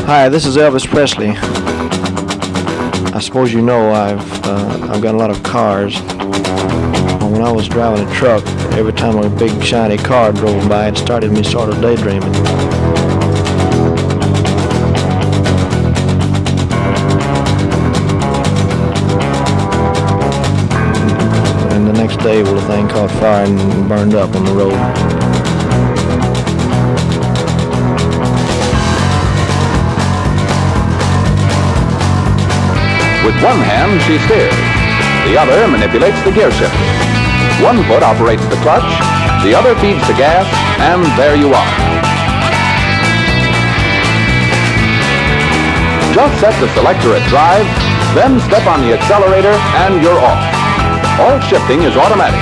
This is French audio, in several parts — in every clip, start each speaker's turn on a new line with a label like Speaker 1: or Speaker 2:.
Speaker 1: Hi, this is Elvis Presley. I suppose you know I've got a lot of cars. When I was driving a truck, every time a big shiny car drove by, it started me sort of daydreaming. And the next day, well, the thing caught fire and burned up on the road.
Speaker 2: With one hand, she steers. The other manipulates the gear shifter. One foot operates the clutch, the other feeds the gas, and there you are. Just set the selector at drive, then step on the accelerator, and you're off. All shifting is automatic.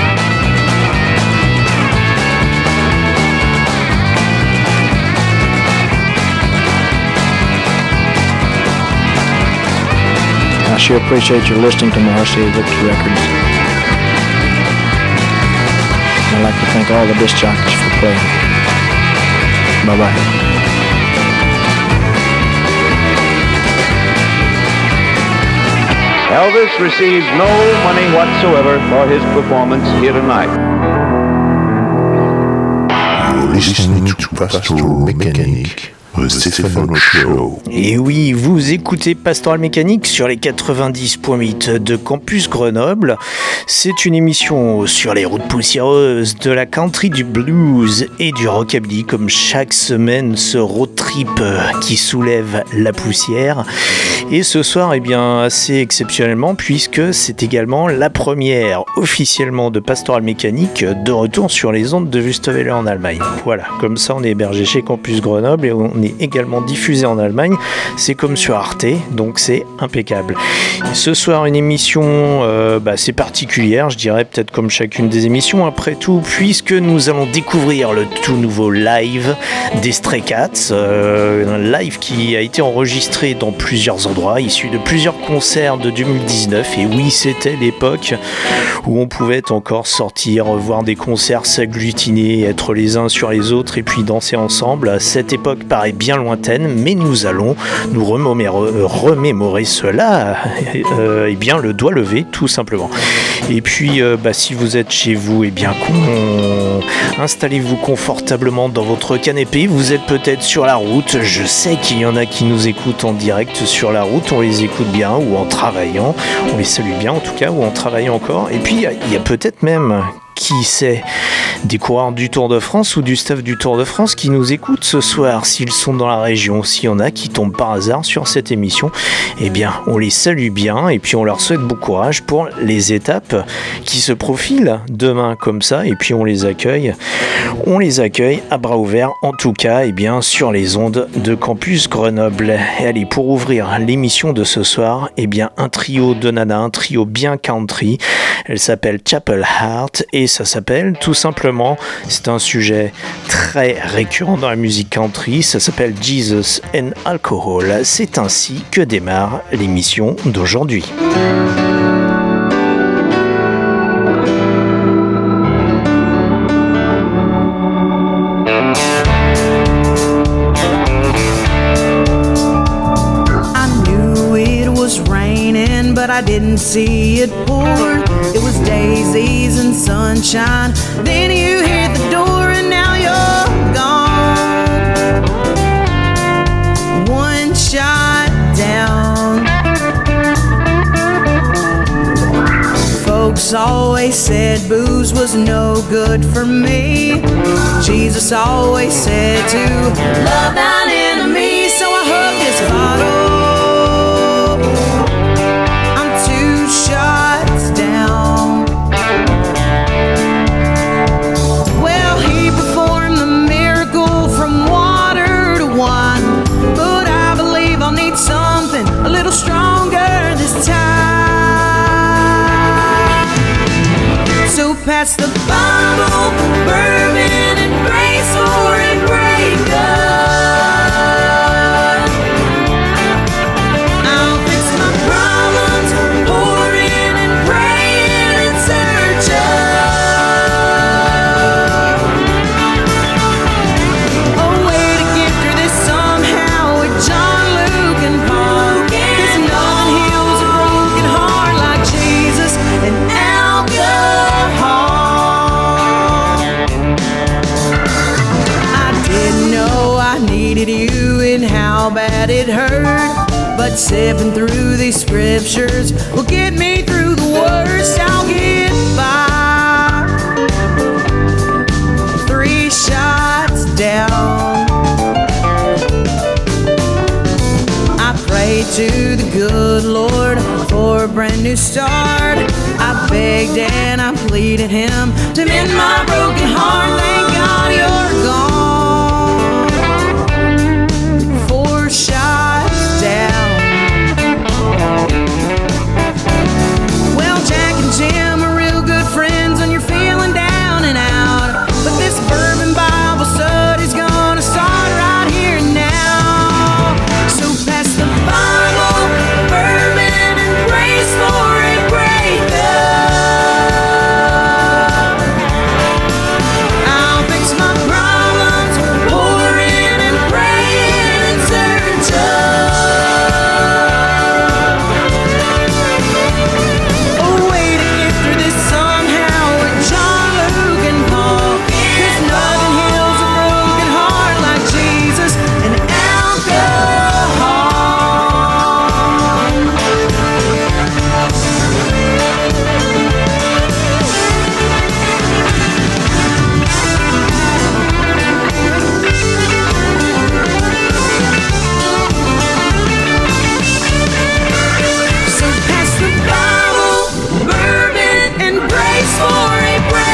Speaker 1: I sure appreciate your listening to my RCA Victor records. I'd like to thank all the disc jockeys for playing. Bye-bye.
Speaker 3: Elvis receives no money whatsoever for his performance here tonight.
Speaker 4: You're listening to Pastoral Mechanic. Stefano Show.
Speaker 5: Et oui, vous écoutez Pastoral Mécanique sur les 90.8 de Campus Grenoble. C'est une émission sur les routes poussiéreuses de la country, du blues et du rockabilly, comme chaque semaine, ce road trip qui soulève la poussière. Et ce soir, eh bien, assez exceptionnellement, puisque c'est également la première officiellement de Pastoral Mécanique de retour sur les ondes de Wüstewelle en Allemagne. Voilà, comme ça on est hébergé chez Campus Grenoble et on est également diffusé en Allemagne. C'est comme sur Arte, donc c'est impeccable. Ce soir, une émission c'est particulière, je dirais, peut-être comme chacune des émissions après tout, puisque nous allons découvrir le tout nouveau live des Stray Cats, un live qui a été enregistré dans plusieurs endroits, issu de plusieurs concerts de 2019. Et oui, c'était l'époque où on pouvait encore sortir, voir des concerts s'agglutiner, être les uns sur les autres et puis danser ensemble. Cette époque paraît bien lointaine, mais nous allons nous remémorer cela, et bien le doigt levé tout simplement. Et puis si vous êtes chez vous, et bien installez-vous confortablement dans votre canapé. Vous êtes peut-être sur la route, je sais qu'il y en a qui nous écoutent en direct sur la route, on les écoute bien, ou en travaillant, on les salue bien en tout cas, ou en travaillant encore. Et puis il y a peut-être même, qui sait, des coureurs du Tour de France ou du staff du Tour de France qui nous écoutent ce soir, s'ils sont dans la région. S'il y en a qui tombent par hasard sur cette émission, eh bien on les salue bien et puis on leur souhaite bon courage pour les étapes qui se profilent demain comme ça, et puis on les accueille à bras ouverts, en tout cas sur les ondes de Campus Grenoble. Et allez, pour ouvrir l'émission de ce soir, un trio de nana, un trio bien country. Elle s'appelle Chapel Heart et ça s'appelle tout simplement, c'est un sujet très récurrent dans la musique country, ça s'appelle Jesus and Alcohol. C'est ainsi que démarre l'émission d'aujourd'hui.
Speaker 6: I didn't see it pour. It was daisies and sunshine. Then you hit the door and now you're gone. One shot down. Folks always said booze was no good for me. Jesus always said to love thine enemy. So I hugged this bottle. Shots down. Well, he performed the miracle from water to wine, but I believe I'll need something a little stronger this time. So pass the Bible, bourbon, and grace for a breakup. John hated you and how bad it hurt. But sipping through these scriptures will get me through the worst. I'll get by. 3 shots down. I prayed to the good Lord for a brand new start. I begged and I pleaded Him to mend my broken heart. Thank God you're gone. 4 shots down. Well, Jack and Jim are real good friends when you're feeling down and out. But this bourbon Bible study's gonna start right here and now. So pass the Bible, bourbon, and brace for a breakup. I'll fix my problems, pour in and pray in search of. Oh, way to get through this somehow with John, Luke, and Paul. 'Cause nothing heals a broken heart like Jesus and alcohol. So pass the Bible, bourbon, and brace for a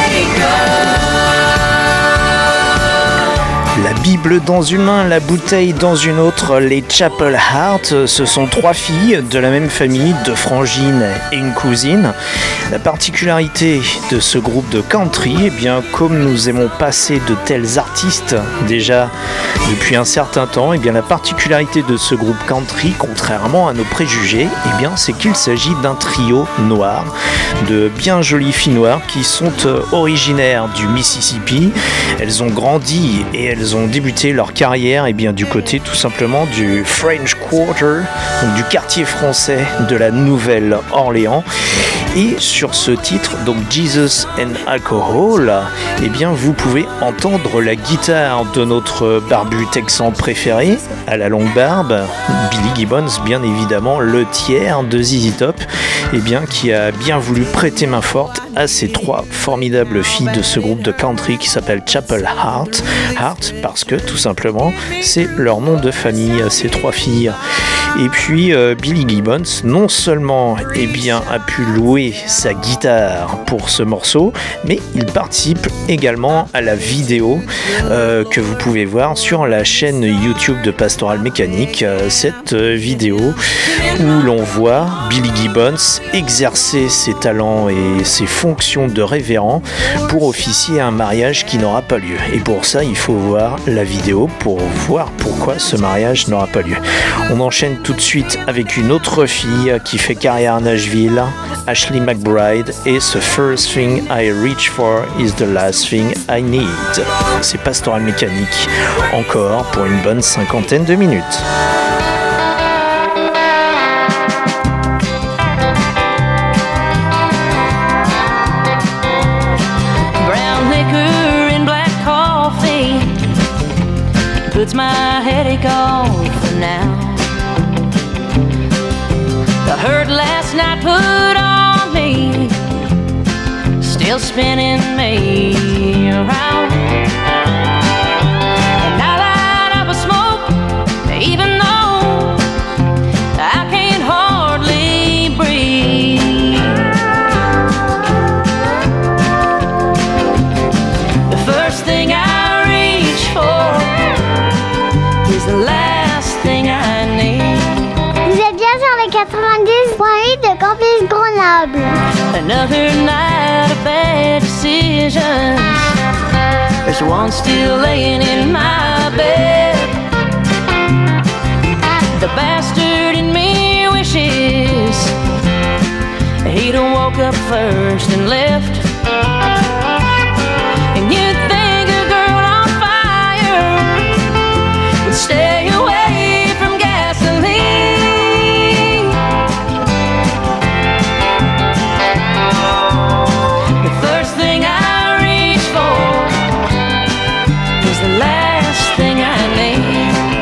Speaker 6: breakup.
Speaker 5: La Bible dans une main, la bouteille dans une autre, les Chapel Heart, ce sont 3 filles de la même famille, 2 frangines et une cousine. La particularité de ce groupe de country, eh bien, comme nous aimons passer de tels artistes déjà depuis un certain temps, eh bien, la particularité de ce groupe country, contrairement à nos préjugés, eh bien, c'est qu'il s'agit d'un trio noir, de bien jolies filles noires qui sont originaires du Mississippi. Elles ont grandi et elles ont débuté leur carrière eh bien, du côté tout simplement du French Quarter, donc du quartier français de la Nouvelle-Orléans. Et sur ce titre, donc Jesus and Alcohol, eh bien, vous pouvez entendre la guitare de notre barbu texan préféré, à la longue barbe, Billy Gibbons, bien évidemment, le tiers de ZZ Top, eh bien, qui a bien voulu prêter main forte à ces 3 formidables filles de ce groupe de country qui s'appelle Chapel Heart. Heart parce que tout simplement c'est leur nom de famille, ces 3 filles. Et puis Billy Gibbons non seulement eh bien, a pu louer sa guitare pour ce morceau, mais il participe également à la vidéo que vous pouvez voir sur la chaîne YouTube de Pastoral Mécanique. Cette vidéo où l'on voit Billy Gibbons exercer ses talents et ses fonctions de révérend pour officier à un mariage qui n'aura pas lieu. Et pour ça, il faut voir la vidéo pour voir pourquoi ce mariage n'aura pas lieu. On enchaîne tout de suite avec une autre fille qui fait carrière à Nashville, Ashley McBride, et The First Thing I Reach For Is The Last Thing I Need. C'est Pastoral Mécanique, encore pour une bonne 50aine de minutes.
Speaker 7: Puts my headache off for now. The hurt last night put on me, still spinning me around. And I light up a smoke, even though I can't hardly breathe. The first thing I reach for is the last thing I need.
Speaker 8: Vous êtes bien sur les 90.8 de Campus Grenoble.
Speaker 7: Another night of bad decisions. There's one still laying in my bed. The bastard in me wishes he'd have woke up first and left. And you'd think a girl on fire would stay away from gasoline. The first thing I reach for is the last thing I need.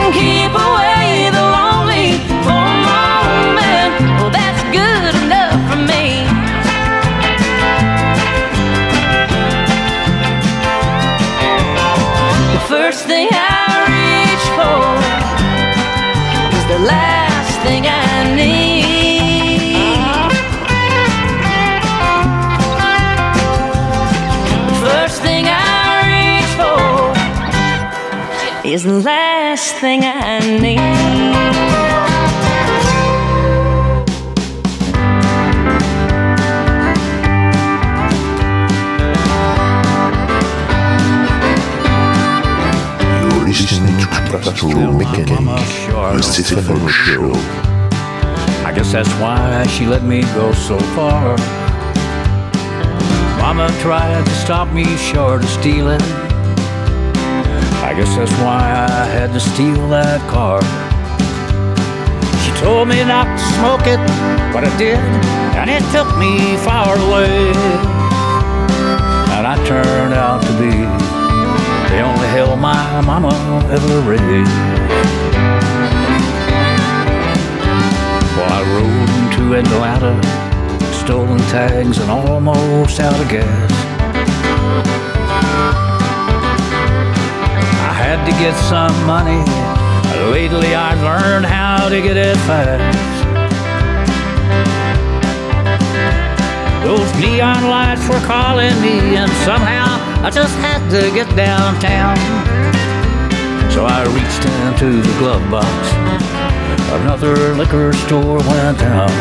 Speaker 7: keep away the lonely for a moment. Well, that's good enough for me. The first thing I reach for is the last thing I need. The first thing I reach for is the last thing I need.
Speaker 4: Listening to Pastoral Mechanic, the Stephen Show.
Speaker 9: I guess that's why she let me go so far. Mama tried to stop me short of stealing. I guess that's why I had to steal that car. She told me not to smoke it, but I did, and it took me far away. And I turned out to be the only hell my mama ever raised. Well, I rode into Atlanta, stolen tags and almost out of gas. I had to get some money. Lately I learned how to get it fast. Those neon lights were calling me, and somehow I just had to get downtown. So I reached into the glove box. Another liquor store went down.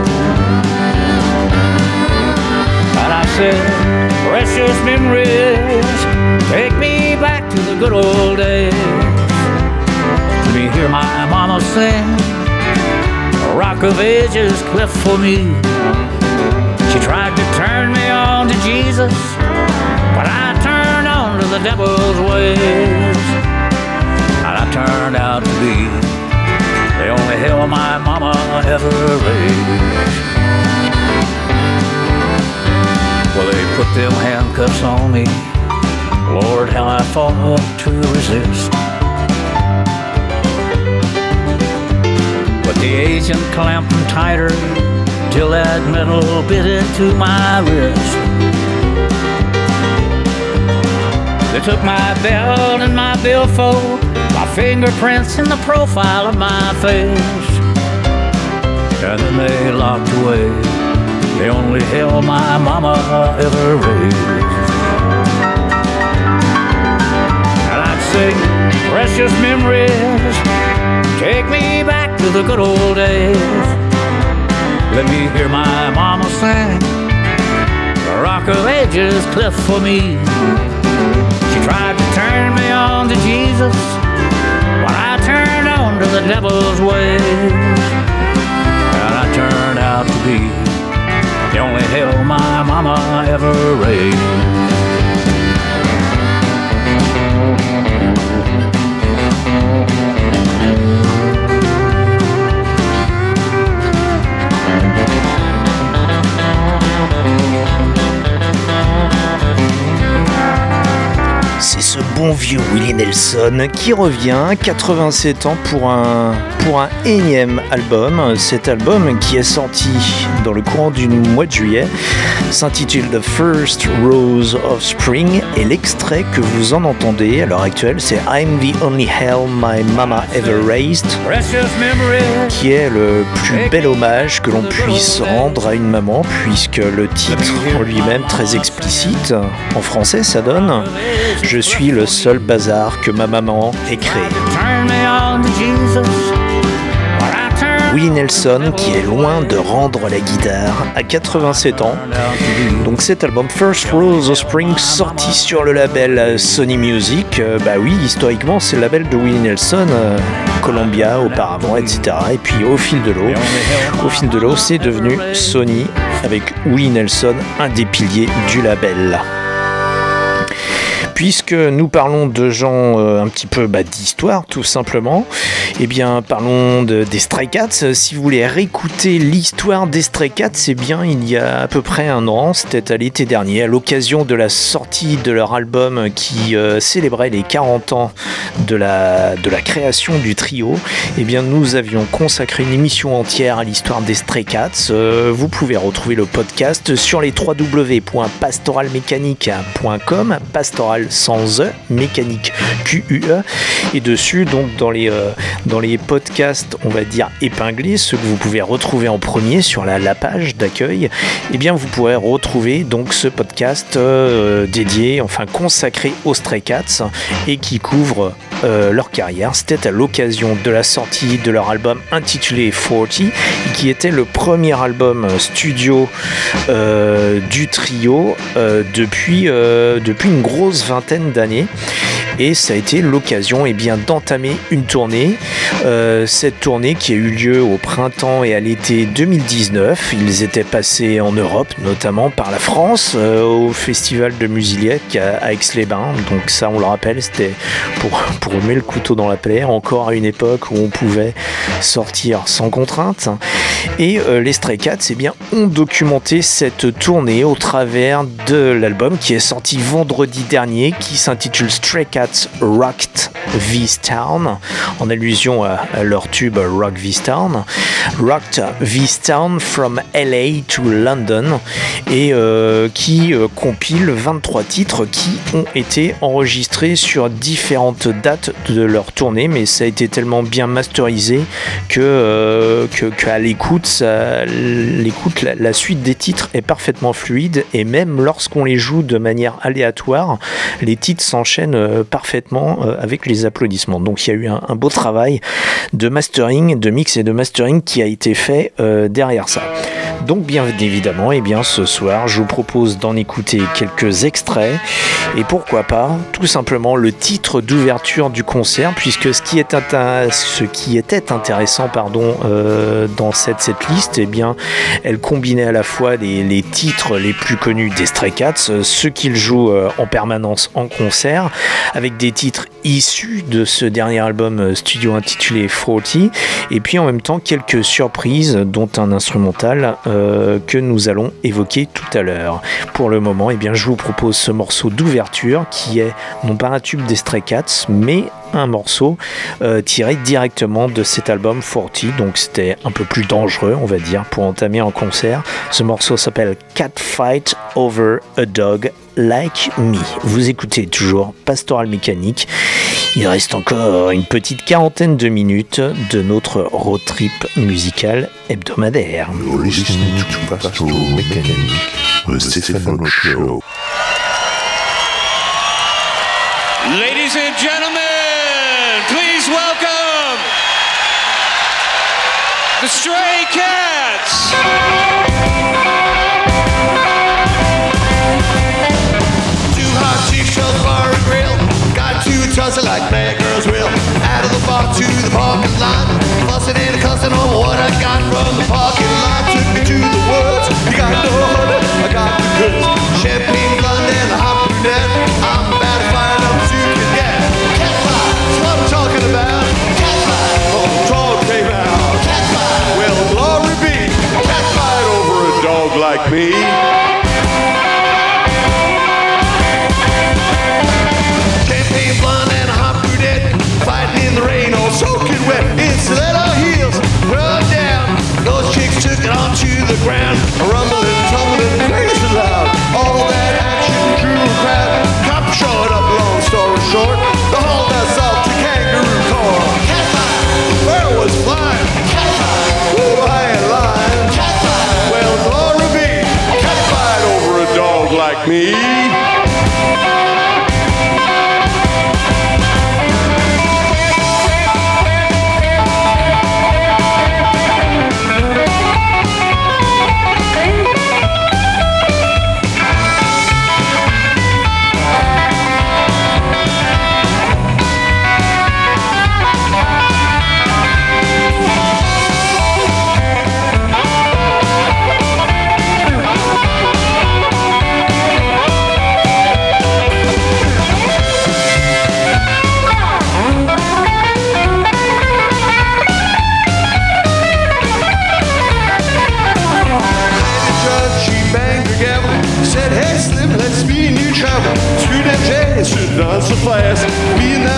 Speaker 9: And I said, precious memories, take me back to the good old days. Let me hear my mama sing a Rock of Ages cleft for me. She tried to turn me on to Jesus, but I turned on to the devil's ways. And I turned out to be the only hell my mama ever raised. Well, they put them handcuffs on me. Lord, how I fought to resist. But the agent clamped them tighter till that metal bit into my wrist. They took my belt and my billfold, my fingerprints and the profile of my face. And then they locked away the only hell my mama ever raised. And I'd sing precious memories, take me back to the good old days. Let me hear my mama sing the Rock of Ages cleft for me. She tried to turn me on to Jesus, but I turned on to the devil's ways. And I turned out to be the only hell my mama ever raised.
Speaker 5: C'est ce bon vieux Willie Nelson qui revient 87 ans pour un énième album. Cet album qui est sorti dans le courant du mois de juillet s'intitule The First Rose of Spring et l'extrait que vous en entendez à l'heure actuelle c'est I'm the Only Hell My Mama Ever Raised, qui est le plus bel hommage que l'on puisse rendre à une maman puisque le titre en lui-même très explicite, en français ça donne « Je suis le seul bazar que ma maman ait créé ». Willie Nelson qui est loin de rendre la guitare à 87 ans. Donc cet album First Rose of Spring sorti sur le label Sony Music, bah oui, historiquement c'est le label de Willie Nelson, Columbia auparavant, etc. Et puis au fil de l'eau, c'est devenu Sony avec Willie Nelson, un des piliers du label. puisque nous parlons de gens un petit peu d'histoire tout simplement. Eh bien, parlons des Stray Cats. Si vous voulez réécouter l'histoire des Stray Cats, c'est bien il y a à peu près un an, c'était à l'été dernier, à l'occasion de la sortie de leur album qui célébrait les 40 ans de la création du trio. Eh bien, nous avions consacré une émission entière à l'histoire des Stray Cats. Vous pouvez retrouver le podcast sur les www.pastoralmechanique.com, pastoral sans E, mécanique QUE, et dessus, donc dans les podcasts, on va dire épinglés, ceux que vous pouvez retrouver en premier sur la page d'accueil, eh bien vous pourrez retrouver donc ce podcast dédié, enfin consacré aux Stray Cats et qui couvre leur carrière. C'était à l'occasion de la sortie de leur album intitulé 40, qui était le premier album studio du trio depuis une grosse vingtaine d'années. Et ça a été l'occasion d'entamer une tournée. Cette tournée qui a eu lieu au printemps et à l'été 2019. Ils étaient passés en Europe, notamment par la France, au festival de Musiliec à Aix-les-Bains. Donc ça, on le rappelle, c'était pour remettre le couteau dans la plaie, encore à une époque où on pouvait sortir sans contrainte. Et les Stray Cats ont documenté cette tournée au travers de l'album qui est sorti vendredi dernier, qui s'intitule Stray Cats Rocked This Town, en allusion à leur tube Rock This Town, Rocked This Town from LA to London, et qui compile 23 titres qui ont été enregistrés sur différentes dates de leur tournée, mais ça a été tellement bien masterisé que à l'écoute, la suite des titres est parfaitement fluide, et même lorsqu'on les joue de manière aléatoire, les titres s'enchaînent parfaitement avec les applaudissements. Donc il y a eu un beau travail de mastering, de mix et de mastering qui a été fait derrière ça. Donc bien évidemment, ce soir, je vous propose d'en écouter quelques extraits, et pourquoi pas tout simplement le titre d'ouverture du concert, puisque ce qui était intéressant dans cette liste, elle combinait à la fois les titres les plus connus des Stray Cats, ceux qu'ils jouent en permanence en concert, avec des titres issus de ce dernier album studio intitulé 40, et puis en même temps quelques surprises, dont un instrumental que nous allons évoquer tout à l'heure. Pour le moment, je vous propose ce morceau d'ouverture qui est non pas un tube des Stray Cats, mais un morceau tiré directement de cet album 40, donc c'était un peu plus dangereux, on va dire, pour entamer un concert. Ce morceau s'appelle Catfight Over a Dog Like Me. Vous écoutez toujours Pastoral Mécanique. Il reste encore une petite quarantaine de minutes de notre road trip musical hebdomadaire.
Speaker 4: You're listening to Pastoral Mécanique, the Stefano Show.
Speaker 10: Ladies and gentlemen, please welcome the Stray Cats.
Speaker 11: Two hot t-shirts, bar and grill. Got two tussle like bad girls will. Out of the bar to the parking lot. Fussing and cussing on what I got from the parking lot. Took me to the woods. You got no honey, I got the goods. Champagne blonde and a hot brunette. I'm about to find out what you can get. Catfight, that's what I'm talking about. Catfight, oh, the dog came out. Catfight, well, glory be. Catfight over a dog like me. Champagne blonde and a hot brunette. Fighting in the rain, all soaking wet. It's let our heels run down. Those chicks took it onto the ground. Rumbling, tumbling, crazy loud. All that action drew a crowd. Cop showed up, long story short. The whole mess off to Kangaroo Court. Catfight, where was flying? Catfight, ooh, I ain't lying. Catfight, well, glory be. Catfight over a dog like me.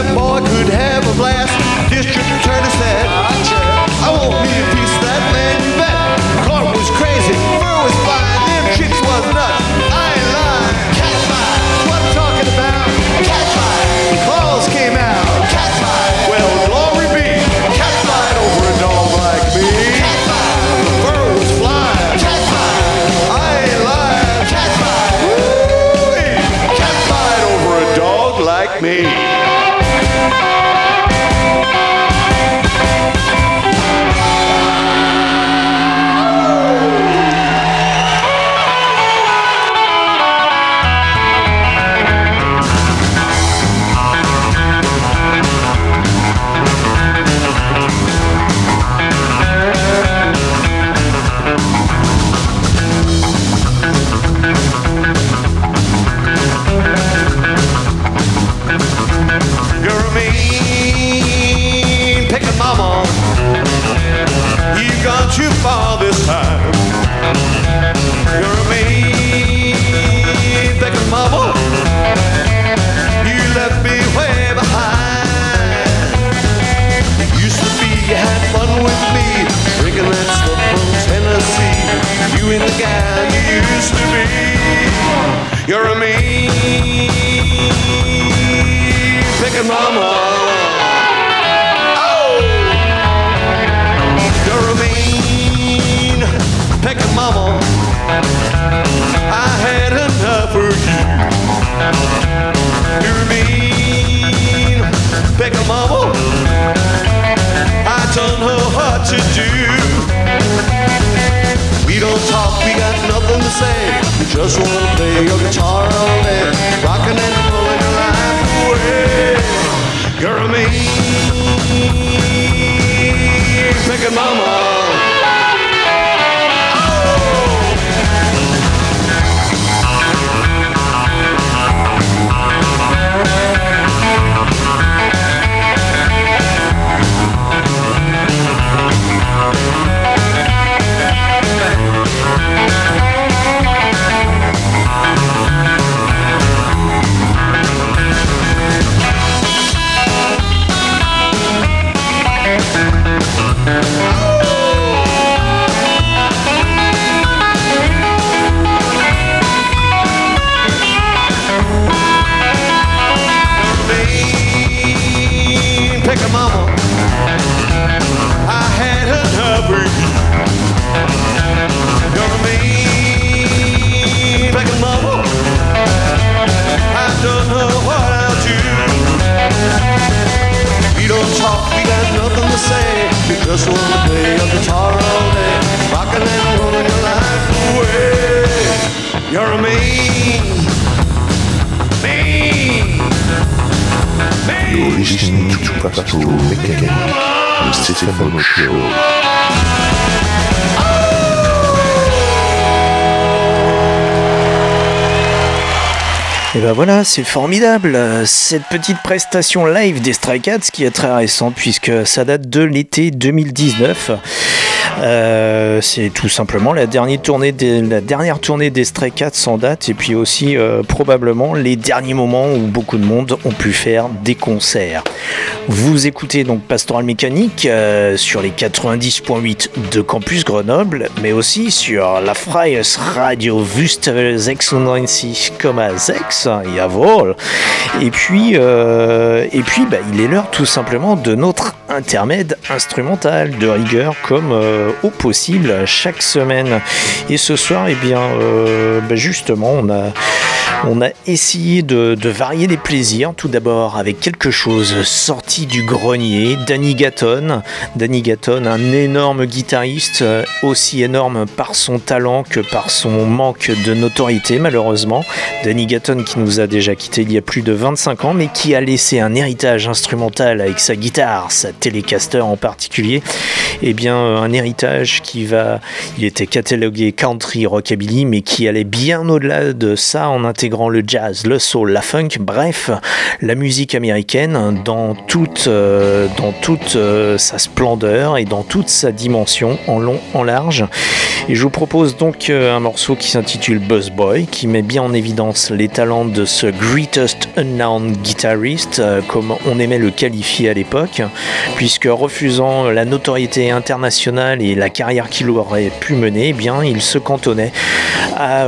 Speaker 11: that boy could have a blast. District attorney said, I won't need a piece of that man, you bet. Clark was crazy, fur was flying, them chicks was nuts. I ain't lying. Cat fight. What I'm talking about? Cat fight. Claws came out. Cat fight. Well, glory be. Cat fight over a dog like me. Cat fight. The fur was flying. Cat fight. I ain't lying. Cat fight. Woo-wee. Cat fight over a dog like me. You're a mean pickin' mama. You've gone too far this time. You're a mean pickin' mama. You left me way behind. It used to be you had fun with me, drinking that stuff from Tennessee. You and the guy you used to be. You're a mean pickin' mama. Oh! You're a mean pickin' mama. I had enough of you. You're a mean pickin' mama. I don't know what to do. We don't talk, we got nothing to say. We just wanna play your guitar all day, rockin' and rollin' your life away. You're a mean pickin' mama. Pick a mama, I had enough of you. You're a mean pick a mama, I don't know what I'll do. We don't talk, we got nothing to say. We just wanna play your guitar all day, rockin' and rollin' your life away. You're a mean.
Speaker 4: You're listening to Pastoral Mechanic, the Stefano Show.
Speaker 5: Et ben voilà, c'est formidable, cette petite prestation live des Stray Cats qui est très récente puisque ça date de l'été 2019. C'est tout simplement la dernière tournée des Stray Cats en date et puis aussi probablement les derniers moments où beaucoup de monde ont pu faire des concerts. Vous écoutez donc Pastoral Mécanique sur les 90.8 de Campus Grenoble, mais aussi sur la Freies Radio Wüste 96,6, jawohl. Et puis il est l'heure tout simplement de notre intermède instrumental de rigueur comme au possible chaque semaine. Et ce soir, justement, on a essayé de varier les plaisirs. Tout d'abord avec quelque chose sorti du grenier, Danny Gatton. Danny Gatton, un énorme guitariste, aussi énorme par son talent que par son manque de notoriété malheureusement. Danny Gatton qui nous a déjà quitté il y a plus de 25 ans, mais qui a laissé un héritage instrumental avec sa guitare, sa Telecaster en particulier, eh bien un héritage il était catalogué country rockabilly, mais qui allait bien au-delà de ça en intégrant le jazz, le soul, la funk, bref, la musique américaine dans toute sa splendeur et dans toute sa dimension, en long, en large. Et je vous propose donc un morceau qui s'intitule Buzz Boy, qui met bien en évidence les talents de ce Greatest Unknown Guitarist, comme on aimait le qualifier à l'époque, puisque refusant la notoriété internationale et la carrière qu'il aurait pu mener, eh bien, il se cantonnait à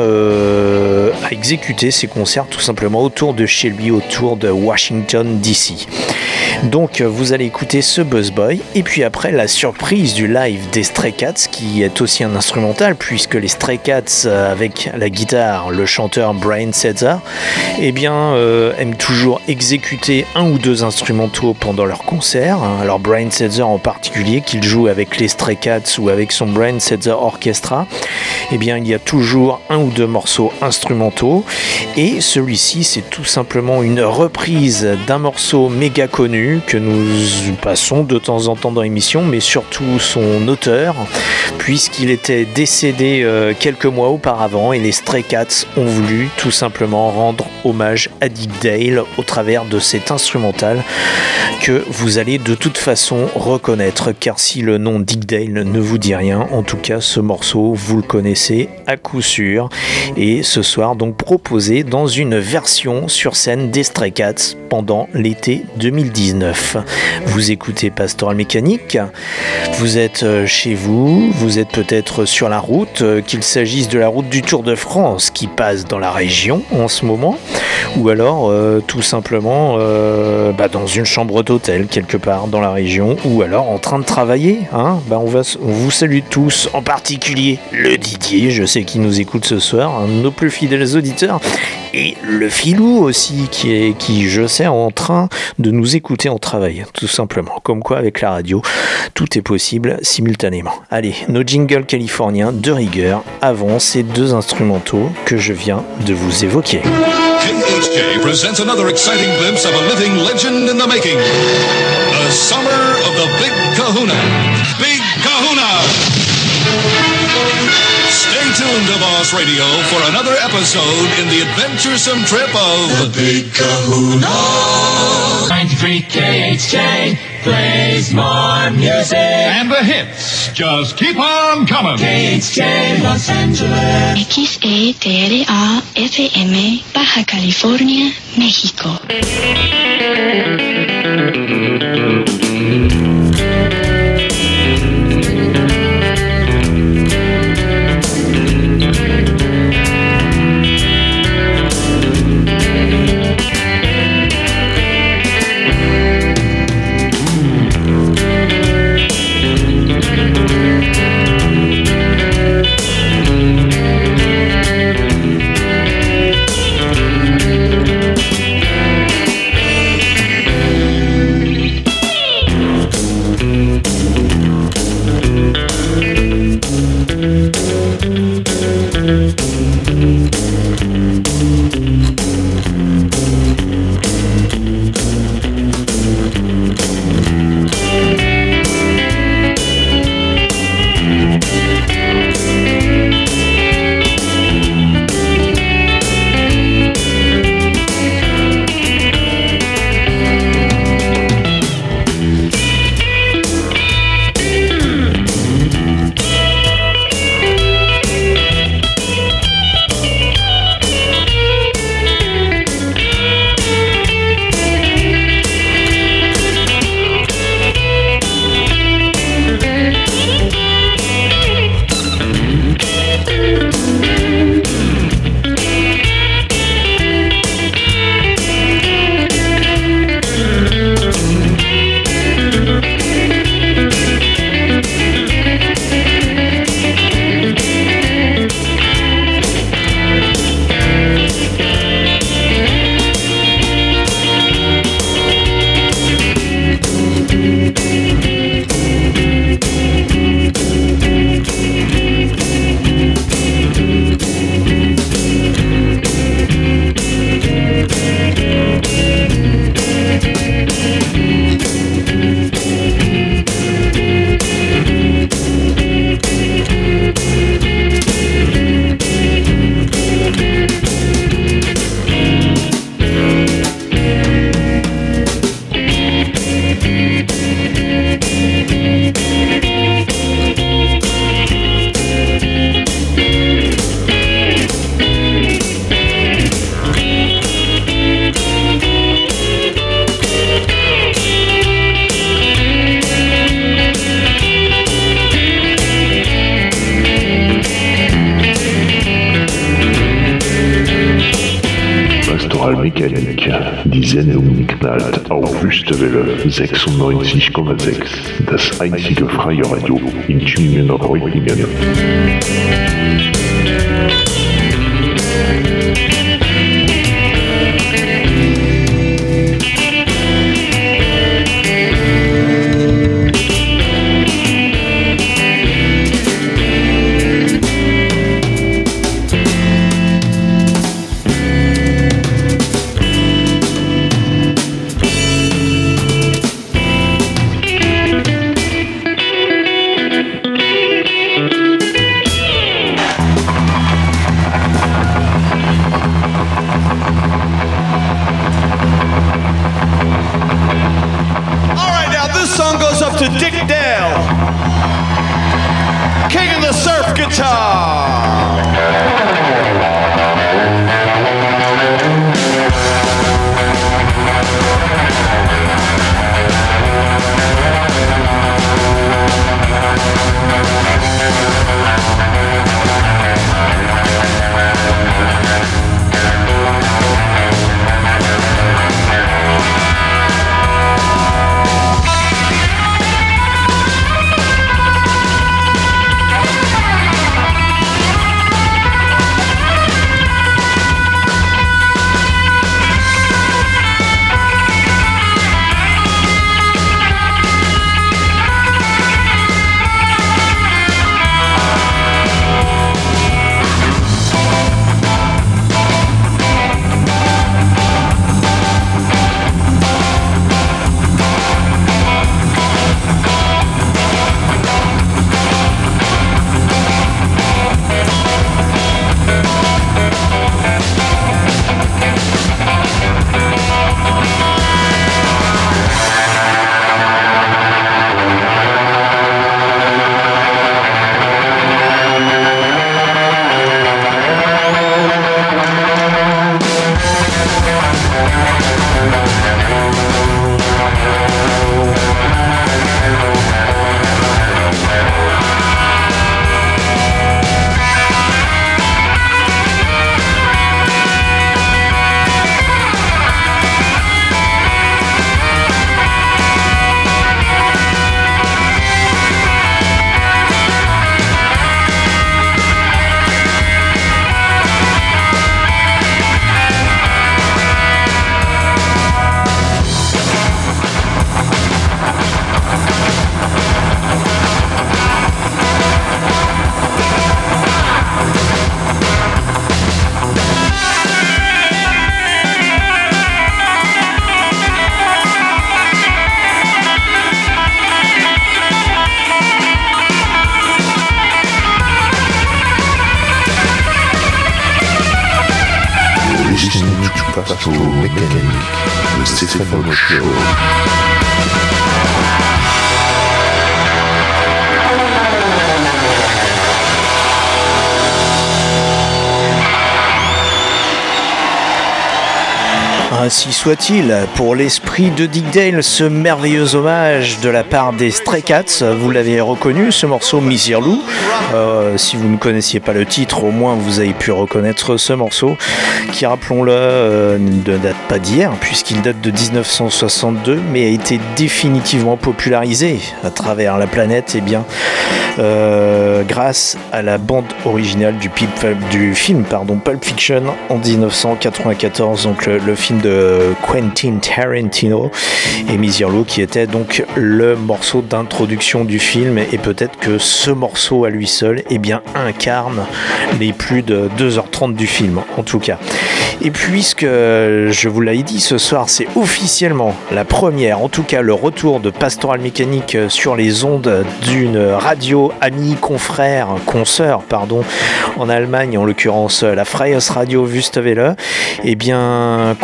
Speaker 5: exécuter ses concerts tout simplement autour de chez lui, autour de Washington DC. Donc vous allez écouter ce Buzz Boy, et puis après la surprise du live des Stray Cats, qui est aussi un instrumental, puisque les Stray Cats avec la guitare, le chanteur Brian Setzer, eh bien aiment toujours exécuter un ou deux instrumentaux pendant leurs concerts. Alors Brian Setzer en particulier, qu'il joue avec les Stray Cats ou avec son Brian Setzer Orchestra, eh bien il y a toujours un ou deux morceaux instrumentaux, et celui-ci c'est tout simplement une reprise d'un morceau méga connu que nous passons de temps en temps dans l'émission, mais surtout son auteur, puisqu'il était décédé quelques mois auparavant, et les Stray Cats ont voulu tout simplement rendre hommage à Dick Dale au travers de cet instrumental que vous allez de toute façon reconnaître, car si le nom Dick Dale ne vous dit rien, en tout cas ce morceau vous le connaissez à coup sûr, et ce soir donc proposé dans une version sur scène des Stray Cats pendant l'été 2019. Vous écoutez Pastoral Mécanique, vous êtes chez vous, vous êtes peut-être sur la route, qu'il s'agisse de la route du Tour de France qui passe dans la région en ce moment, ou alors tout simplement dans une chambre d'hôtel quelque part dans la région, ou alors en train de travailler, hein. On vous salue tous, en particulier le Didier, je sais qu'il nous écoute ce soir, un de nos plus fidèles auditeurs, et le Filou aussi qui je sais en train de nous écouter en travail, tout simplement. Comme quoi avec la radio tout est possible simultanément. Allez, nos jingles californiens de rigueur avant ces deux instrumentaux que je viens de vous évoquer.
Speaker 12: KHJ presents another exciting glimpse of a living legend in the making. The summer of the Big Kahuna. Big Kahuna! Stay tuned to Boss Radio for another episode in the adventuresome trip of the Big Kahuna.
Speaker 13: 93 KHJ plays more music.
Speaker 12: And the hits just keep on coming.
Speaker 13: KHJ Los Angeles.
Speaker 14: XETRA FM Baja California, México.
Speaker 4: Mechanik. Die Sendung knallt auf Wüstewelle 96,6. Das einzige freie Radio in Tübingen-Reutlingen.
Speaker 11: To Dick Dale, king of the surf guitar. Mécanique, le Stéphano Show.
Speaker 5: Ainsi soit-il, pour l'esprit de Dick Dale, ce merveilleux hommage de la part des Stray Cats. Vous l'avez reconnu, ce morceau Misir Lou. Si vous ne connaissiez pas le titre, au moins vous avez pu reconnaître ce morceau qui, rappelons-le, ne date pas d'hier puisqu'il date de 1962 mais a été définitivement popularisé à travers la planète grâce à la bande originale du film Pulp Fiction en 1994, donc le film de Quentin Tarantino, et Misir Lou qui était donc le morceau d'introduction du film, et peut-être que ce morceau à lui seul incarne les plus de 2h30 du film en tout cas. Et puisque je vous l'avais dit, ce soir c'est officiellement la première, en tout cas le retour de Pastoral Mécanique sur les ondes d'une radio amie, confrère, consoeur en Allemagne, en l'occurrence la Freies Radio Wüstewelle. Quoi de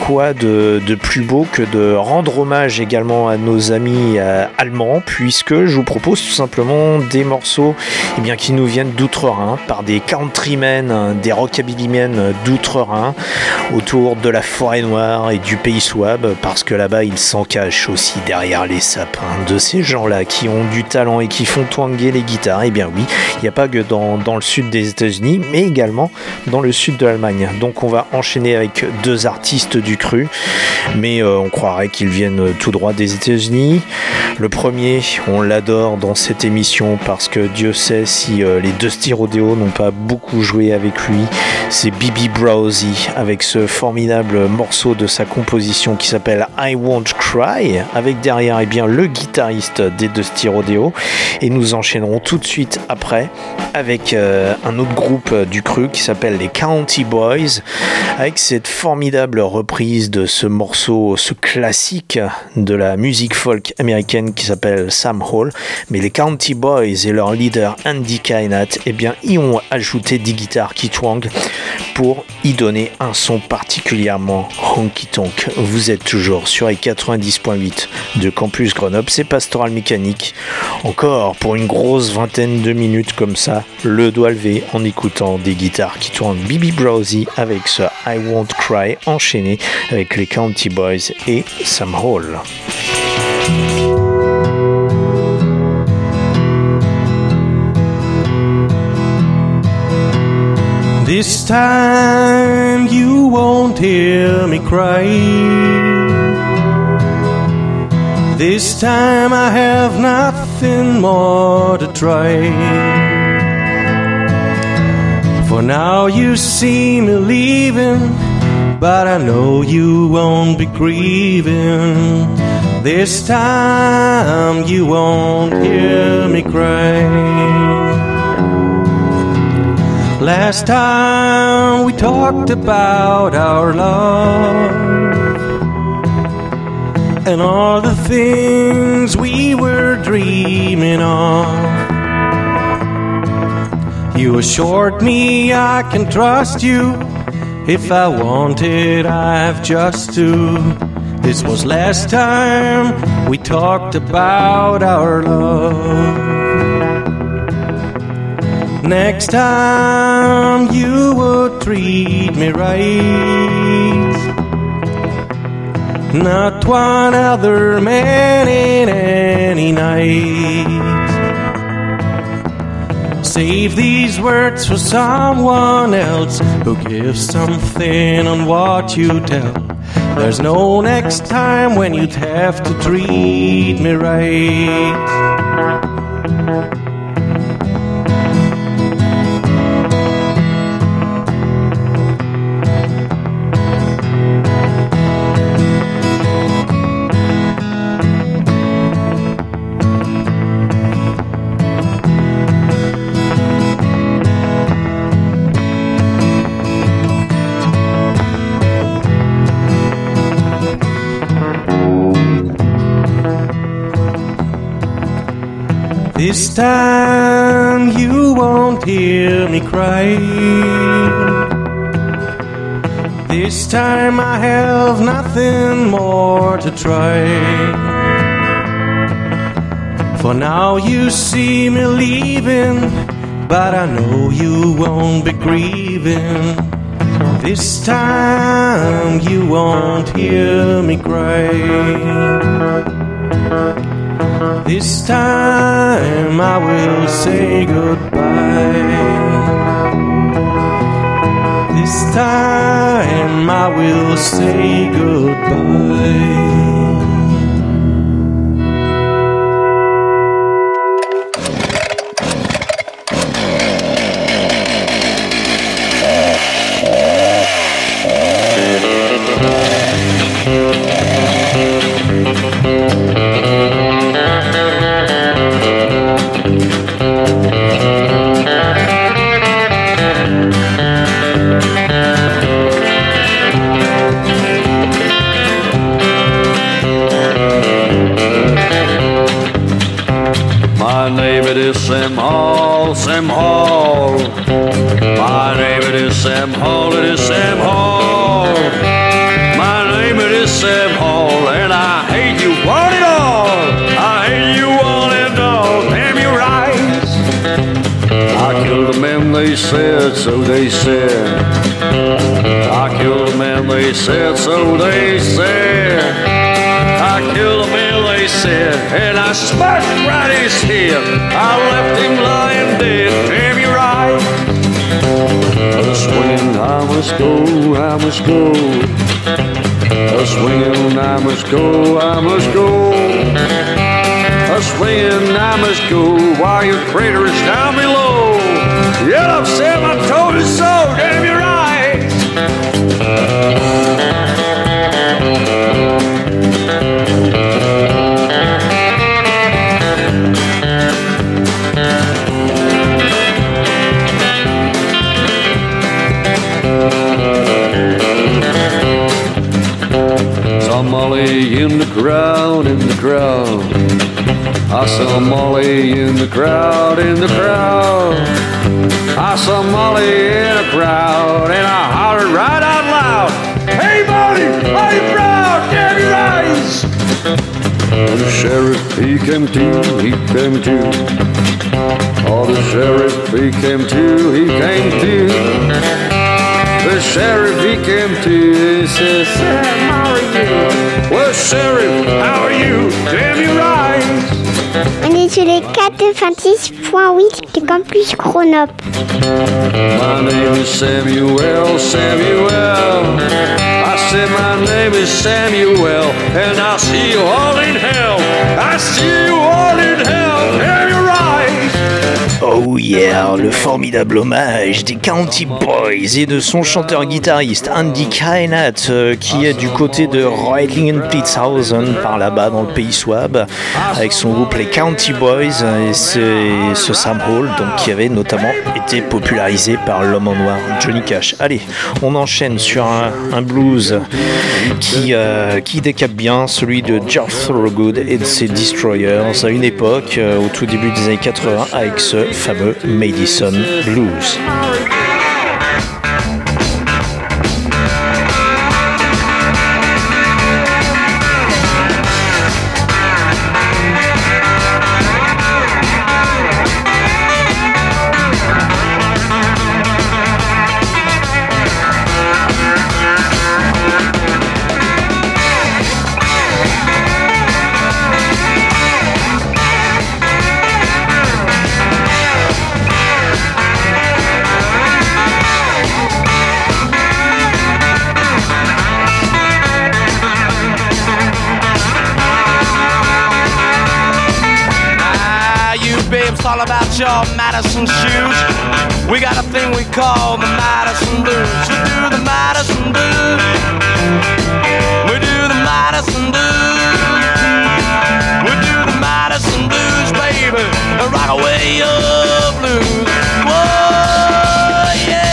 Speaker 5: de plus beau que de rendre hommage également à nos amis allemands, puisque je vous propose tout simplement des morceaux qui nous viennent d'outre-Rhin, par des countrymen, des rockabillymen d'outre-Rhin, autour de la forêt noire et du pays Souabe, parce que là-bas ils s'en cachent aussi derrière les sapins de ces gens-là qui ont du talent et qui font twanger les guitares. Eh bien oui, il n'y a pas que dans le sud des États-Unis, mais également dans le sud de l'Allemagne. Donc on va enchaîner avec deux artistes du cru, mais on croirait qu'ils viennent tout droit des États-Unis. Le premier, on l'adore dans cette émission parce que Dieu sait si les Dusty Rodeo n'ont pas beaucoup joué avec lui. C'est B.B. Browsy avec ce formidable morceau de sa composition qui s'appelle I Won't Cry, avec derrière le guitariste des Dusty Rodeo. Et nous enchaînerons tout de suite après avec un autre groupe du cru qui s'appelle les County Boys, avec cette formidable reprise de ce morceau, ce classique de la musique folk américaine qui s'appelle Sam Hall. Mais les County Boys et leur leader Andy Kainat y ont ajouté des guitares qui twang pour y donner un son particulièrement honky-tonk. Vous êtes toujours sur les 90.8 de Campus Grenoble, c'est Pastoral Mécanique. Encore pour une grosse vingtaine de minutes comme ça, le doigt levé en écoutant des guitares qui tournent. B.B. Browsy avec ce I Won't Cry enchaîné avec les County Boys et Sam Hall.
Speaker 15: This time you won't hear me cry. This time I have nothing more to try. For now you see me leaving, but I know you won't be grieving. This time you won't hear me cry. Last time we talked about our love and all the things we were dreaming of. You assured me I can trust you. If I want it, I've just to. This was last time we talked about our love. Next time you would treat me right. Not one other man in any night. Save these words for someone else who gives something on what you tell. There's no next time when you'd have to treat me right. This time you won't hear me cry. This time I have nothing more to try. For now you see me leaving, but I know you won't be grieving. This time you won't hear me cry. This time I will say goodbye. This time I will say goodbye.
Speaker 16: is Sam Hall, Sam Hall. My name it is Sam Hall, it is Sam Hall. My name it is Sam Hall, and I hate you one and all. I hate you one and all. Damn you right. I killed the man, they said, so they said. I killed the man, they said, so they said. I killed the man, they said, and I smashed right his head. I left him lying dead. Damn you right. A swinging, I must go, I must go. A swinging, I must go, I must go. A swinging, I must go while your crater is down below. Get up, Sam, I told you so. Damn you right. Saw Molly in the crowd, in the crowd. I saw Molly in the crowd, in the crowd. I saw Molly in a crowd, and I hollered right out loud, "Hey Molly, are you proud? Damn your eyes!" And the sheriff, he came too, he came too. Oh, the sheriff, he came too, he came too. The sheriff, he came too. He says, "Sam, how are you?" "Well, sheriff, how are you? Damn your eyes!"
Speaker 8: On est sur les 96.8 de Campus Grenoble.
Speaker 16: My name is Samuel, Samuel. I said my name is Samuel, and I'll see you all in hell. I see you all in hell. Damn your eyes.
Speaker 5: Oh yeah, le formidable hommage des County Boys et de son chanteur-guitariste Andy Kainat qui est du côté de Reutlingen-Plitzhausen par là-bas dans le pays Souabe avec son groupe les County Boys et ce Sam Hall donc, qui avait notamment été popularisé par l'homme en noir Johnny Cash. Allez, on enchaîne sur un blues qui décape bien, celui de Geoff Thorogood et de ses Destroyers à une époque au tout début des années 80 avec ce fameux Madison Blues.
Speaker 17: It's all about your Madison shoes. We got a thing we call the Madison Blues. We do the Madison Blues. We do the Madison Blues. We do the Madison Blues, baby. Rock away your blues. Whoa, yeah.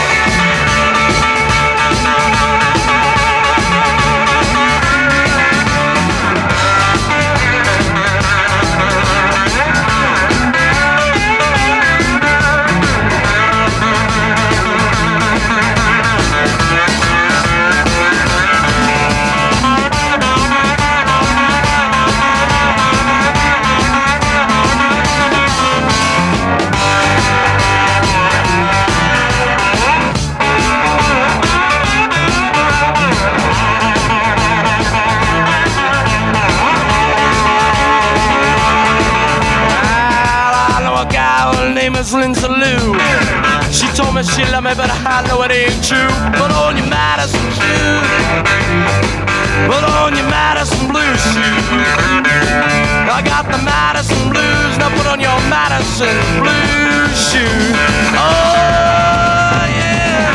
Speaker 17: Miss Lindsay Lou. She told me she loved me, but I know it ain't true. Put on your Madison shoes. Put on your Madison Blues shoes. I got the Madison Blues. Now put on your Madison Blues shoes. Oh, yeah.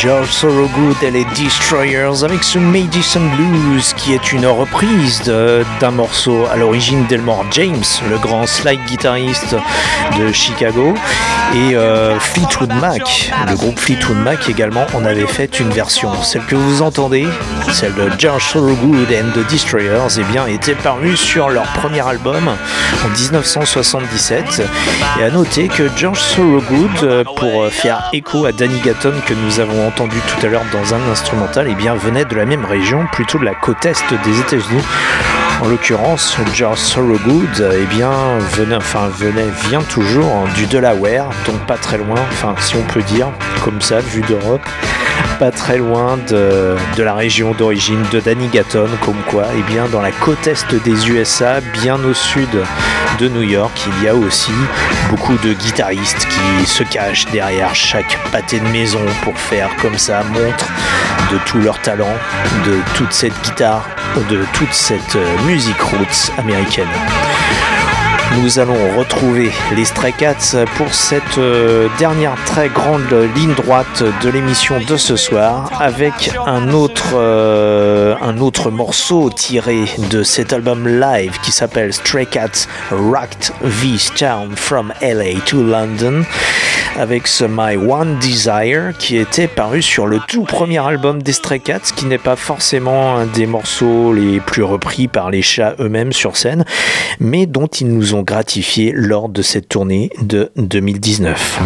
Speaker 5: George Thorogood et les Destroyers avec ce Madison Blues qui est une reprise d'un morceau à l'origine d'Elmore James, le grand slide guitariste de Chicago, et Fleetwood Mac, le groupe Fleetwood Mac également en avait fait une version. Celle que vous entendez, celle de George Thorogood and the Destroyers, était parue sur leur premier album en 1977. Et à noter que George Thorogood, pour faire écho à Danny Gatton que nous avons entendu tout à l'heure dans un instrumental, venait de la même région, plutôt de la côte est des États-Unis. En l'occurrence, George Thorogood vient toujours du Delaware, donc pas très loin, si on peut dire comme ça, vu d'Europe, pas très loin de la région d'origine de Danny Gatton, comme quoi, dans la côte est des USA, bien au sud de New York, il y a aussi beaucoup de guitaristes qui se cachent derrière chaque pâté de maison pour faire comme ça montre de tout leur talent, de toute cette guitare, de toute cette musique roots américaine. Nous allons retrouver les Stray Cats pour cette dernière très grande ligne droite de l'émission de ce soir, avec un autre morceau tiré de cet album live qui s'appelle Stray Cats Rocked This Town from LA to London, avec ce My One Desire qui était paru sur le tout premier album des Stray Cats, qui n'est pas forcément un des morceaux les plus repris par les chats eux-mêmes sur scène, mais dont ils nous ont gratifié lors de cette tournée de 2019.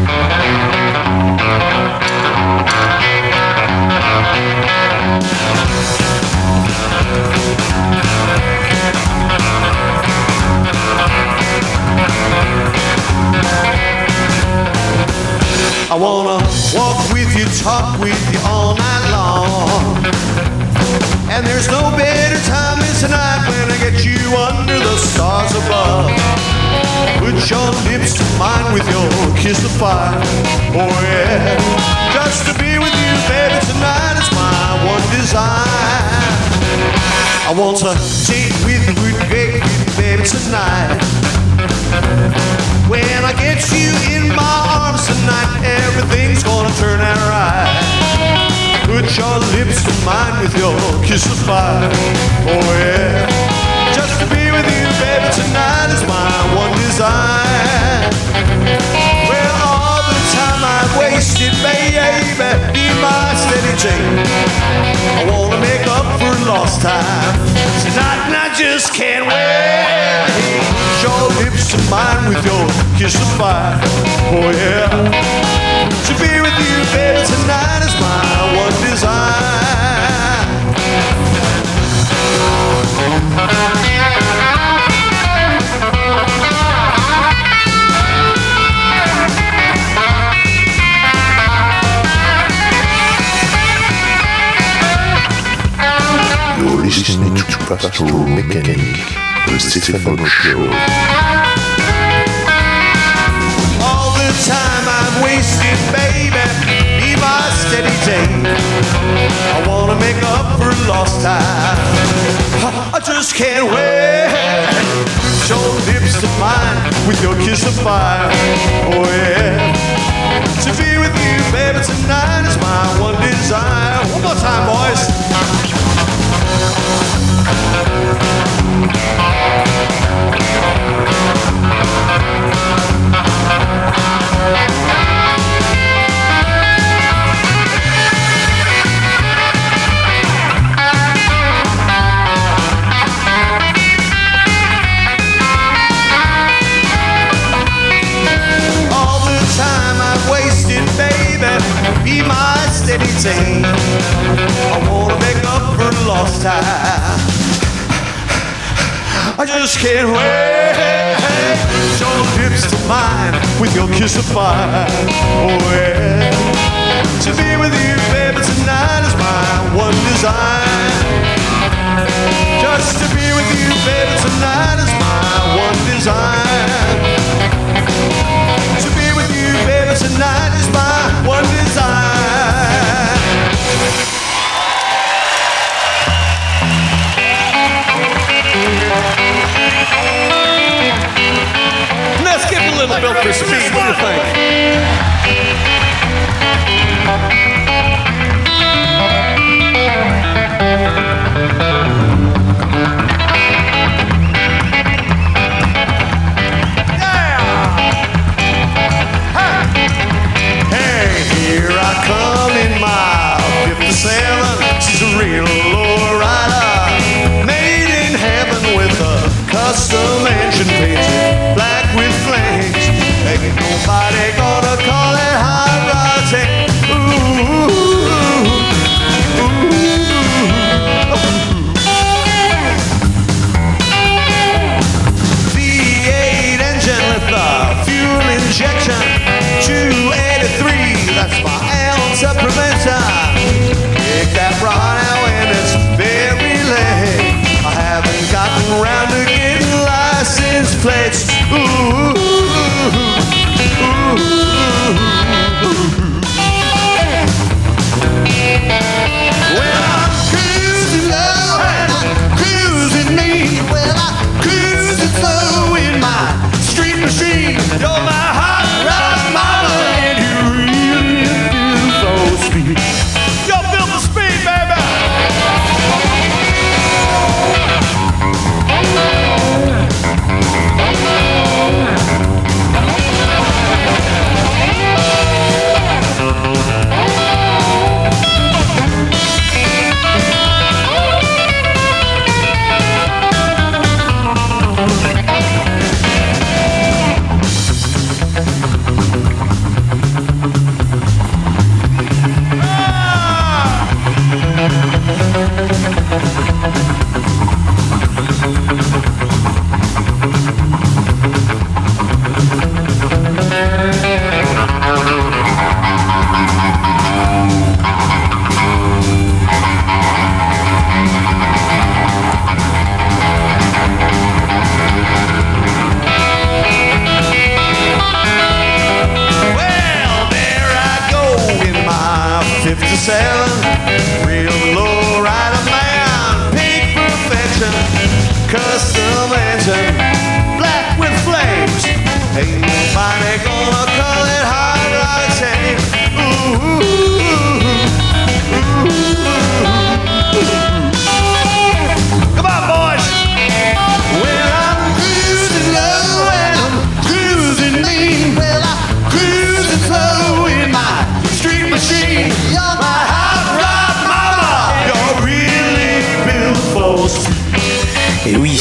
Speaker 11: I wanna walk with you, talk with you all night long. And there's no better time than tonight when I get you under the stars above. Put your lips to mine with your kiss of fire. Oh yeah, just to be with you, baby, tonight is my one desire. I want to take with you, baby, tonight. When I get you in my arms tonight, everything's gonna turn out right. Put your lips to mine with your kiss of fire. Oh yeah, just to be with you, baby, tonight is my one desire. Well, all the time I've wasted, baby, be my steady chain. I wanna make up for lost time tonight, and I just can't wait. Put your lips to mine with your kiss of fire. Oh yeah, to be with you, baby, tonight is my one desire.
Speaker 4: You're listening to Pastoral Mechanic, the Stefano Show.
Speaker 11: All the time I've wasted, baby, be my steady day. I wanna make up for lost time. I just can't wait. Put your lips to mine with your kiss of fire. Oh yeah, to be with you, baby, tonight is my one desire. One more time, boys. All the time I've wasted, baby, be my steady team. I wanna make up for lost time. I just can't wait. Put your lips to mine with your kiss of fire. Oh yeah, to be with you, baby, tonight is my one desire. Just to be with you, baby, tonight is my one desire. To be with you, baby, tonight is my one desire. Let's give a little bit for speed. What do you think?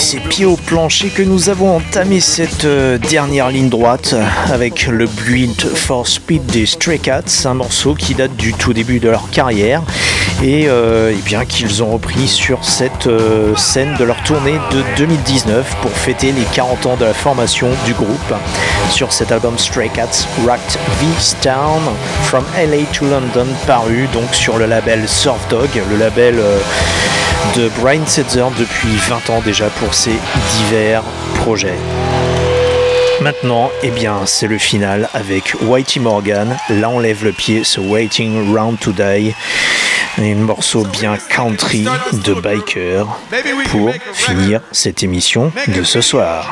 Speaker 5: ses pieds au plancher que nous avons entamé cette dernière ligne droite avec le Built for Speed des Stray Cats, un morceau qui date du tout début de leur carrière et bien qu'ils ont repris sur cette scène de leur tournée de 2019 pour fêter les 40 ans de la formation du groupe sur cet album Stray Cats Rocked This Town From LA to London, paru donc sur le label Surf Dog, le label de Brian Setzer depuis 20 ans déjà pour ses divers projets. Maintenant, c'est le final avec Whitey Morgan. Là, on lève le pied, ce Waiting Around to Die, un morceau bien country de biker pour finir cette émission de ce soir.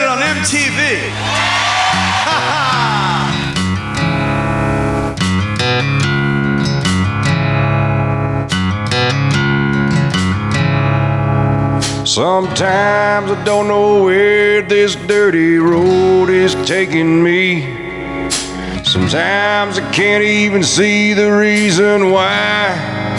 Speaker 18: Sometimes I don't know where this dirty road is taking me. Sometimes I can't even see the reason why.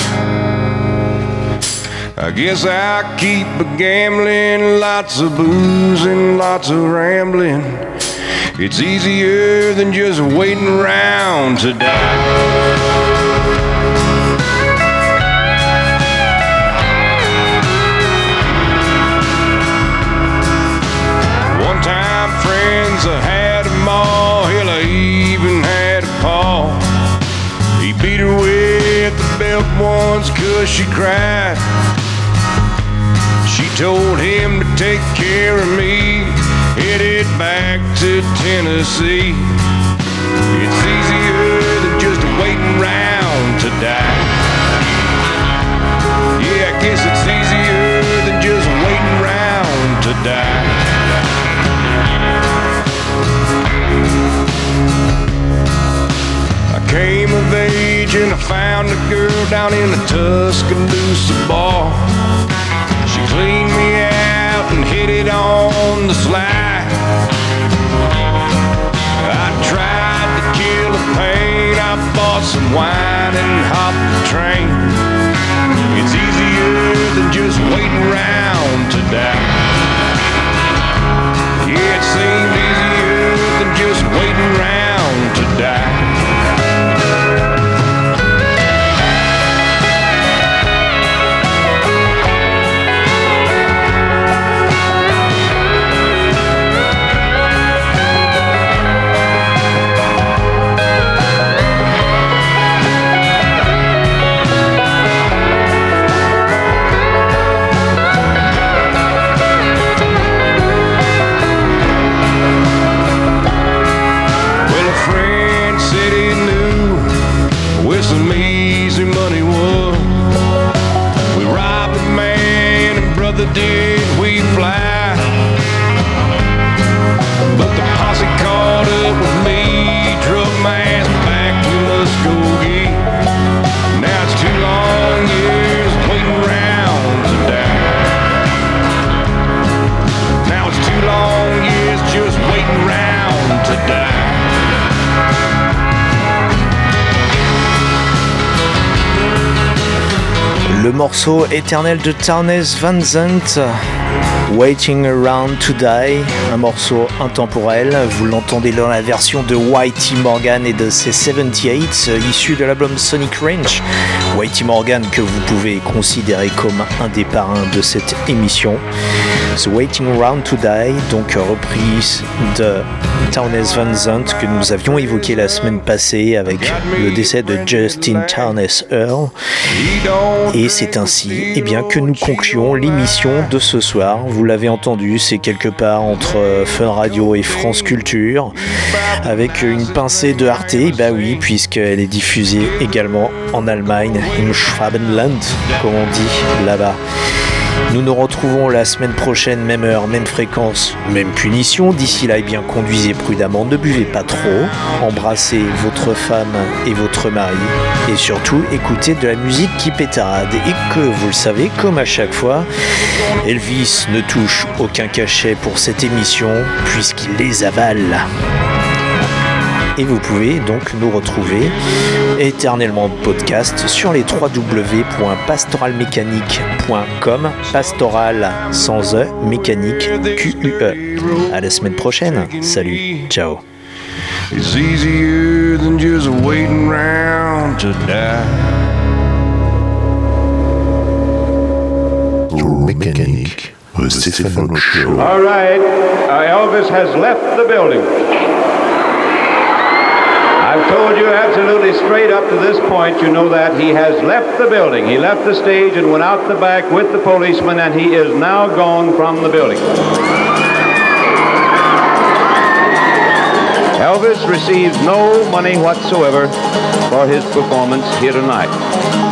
Speaker 18: I guess I'll keep gambling, lots of booze and lots of rambling. It's easier than just waiting around to die. I had them all, hell, I even had a paw. He beat her with the belt once 'cause she cried. She told him to take care of me, headed back to Tennessee. It's easier than just waiting around to die. Yeah, I guess it's easier than just waiting around to die. I came of age and I found a girl down in the Tuscaloosa bar. She cleaned me out and hit it on the slide. I tried to kill the pain, I bought some wine and hopped the train. It's easier than just waiting around to die. Yeah, it seemed easier than just waiting around to die. Some easy money was. We robbed a man and brother did we fly. But the posse caught up with me, drug my ass back to Muskogee. Now it's 2 long years waiting around to die. Now it's 2 long years just waiting around to die.
Speaker 5: Le morceau éternel de Townes Van Zandt, Waiting Around to Die, un morceau intemporel. Vous l'entendez dans la version de Whitey Morgan et de ses 78, issu de l'album Sonic Range. Whitey Morgan que vous pouvez considérer comme un des parrains de cette émission. The Waiting Around to Die, donc reprise de Townes Van Zandt que nous avions évoqué la semaine passée avec le décès de Justin Townes Earl. Et c'est ainsi que nous concluons l'émission de ce soir. Vous l'avez entendu, c'est quelque part entre Fun Radio et France Culture, avec une pincée de Arte, oui, puisqu'elle est diffusée également en Allemagne, im Schwabenland, comme on dit là-bas. Nous nous retrouvons la semaine prochaine, même heure, même fréquence, même punition. D'ici là, conduisez prudemment, ne buvez pas trop, embrassez votre femme et votre mari, et surtout écoutez de la musique qui pétarade. Et que, vous le savez, comme à chaque fois, Elvis ne touche aucun cachet pour cette émission, puisqu'il les avale. Et vous pouvez donc nous retrouver éternellement podcast sur les www.pastoralmécanique.com, pastoral sans E, mécanique QUE. À la semaine prochaine. Salut, ciao.
Speaker 18: It's easier than just waiting around to die.
Speaker 4: Mécanique, le Stefano Show.
Speaker 3: All right, Elvis has left the building. I've told you absolutely straight up to this point, you know that he has left the building. He left the stage and went out the back with the policeman, and he is now gone from the building. Elvis receives no money whatsoever for his performance here tonight.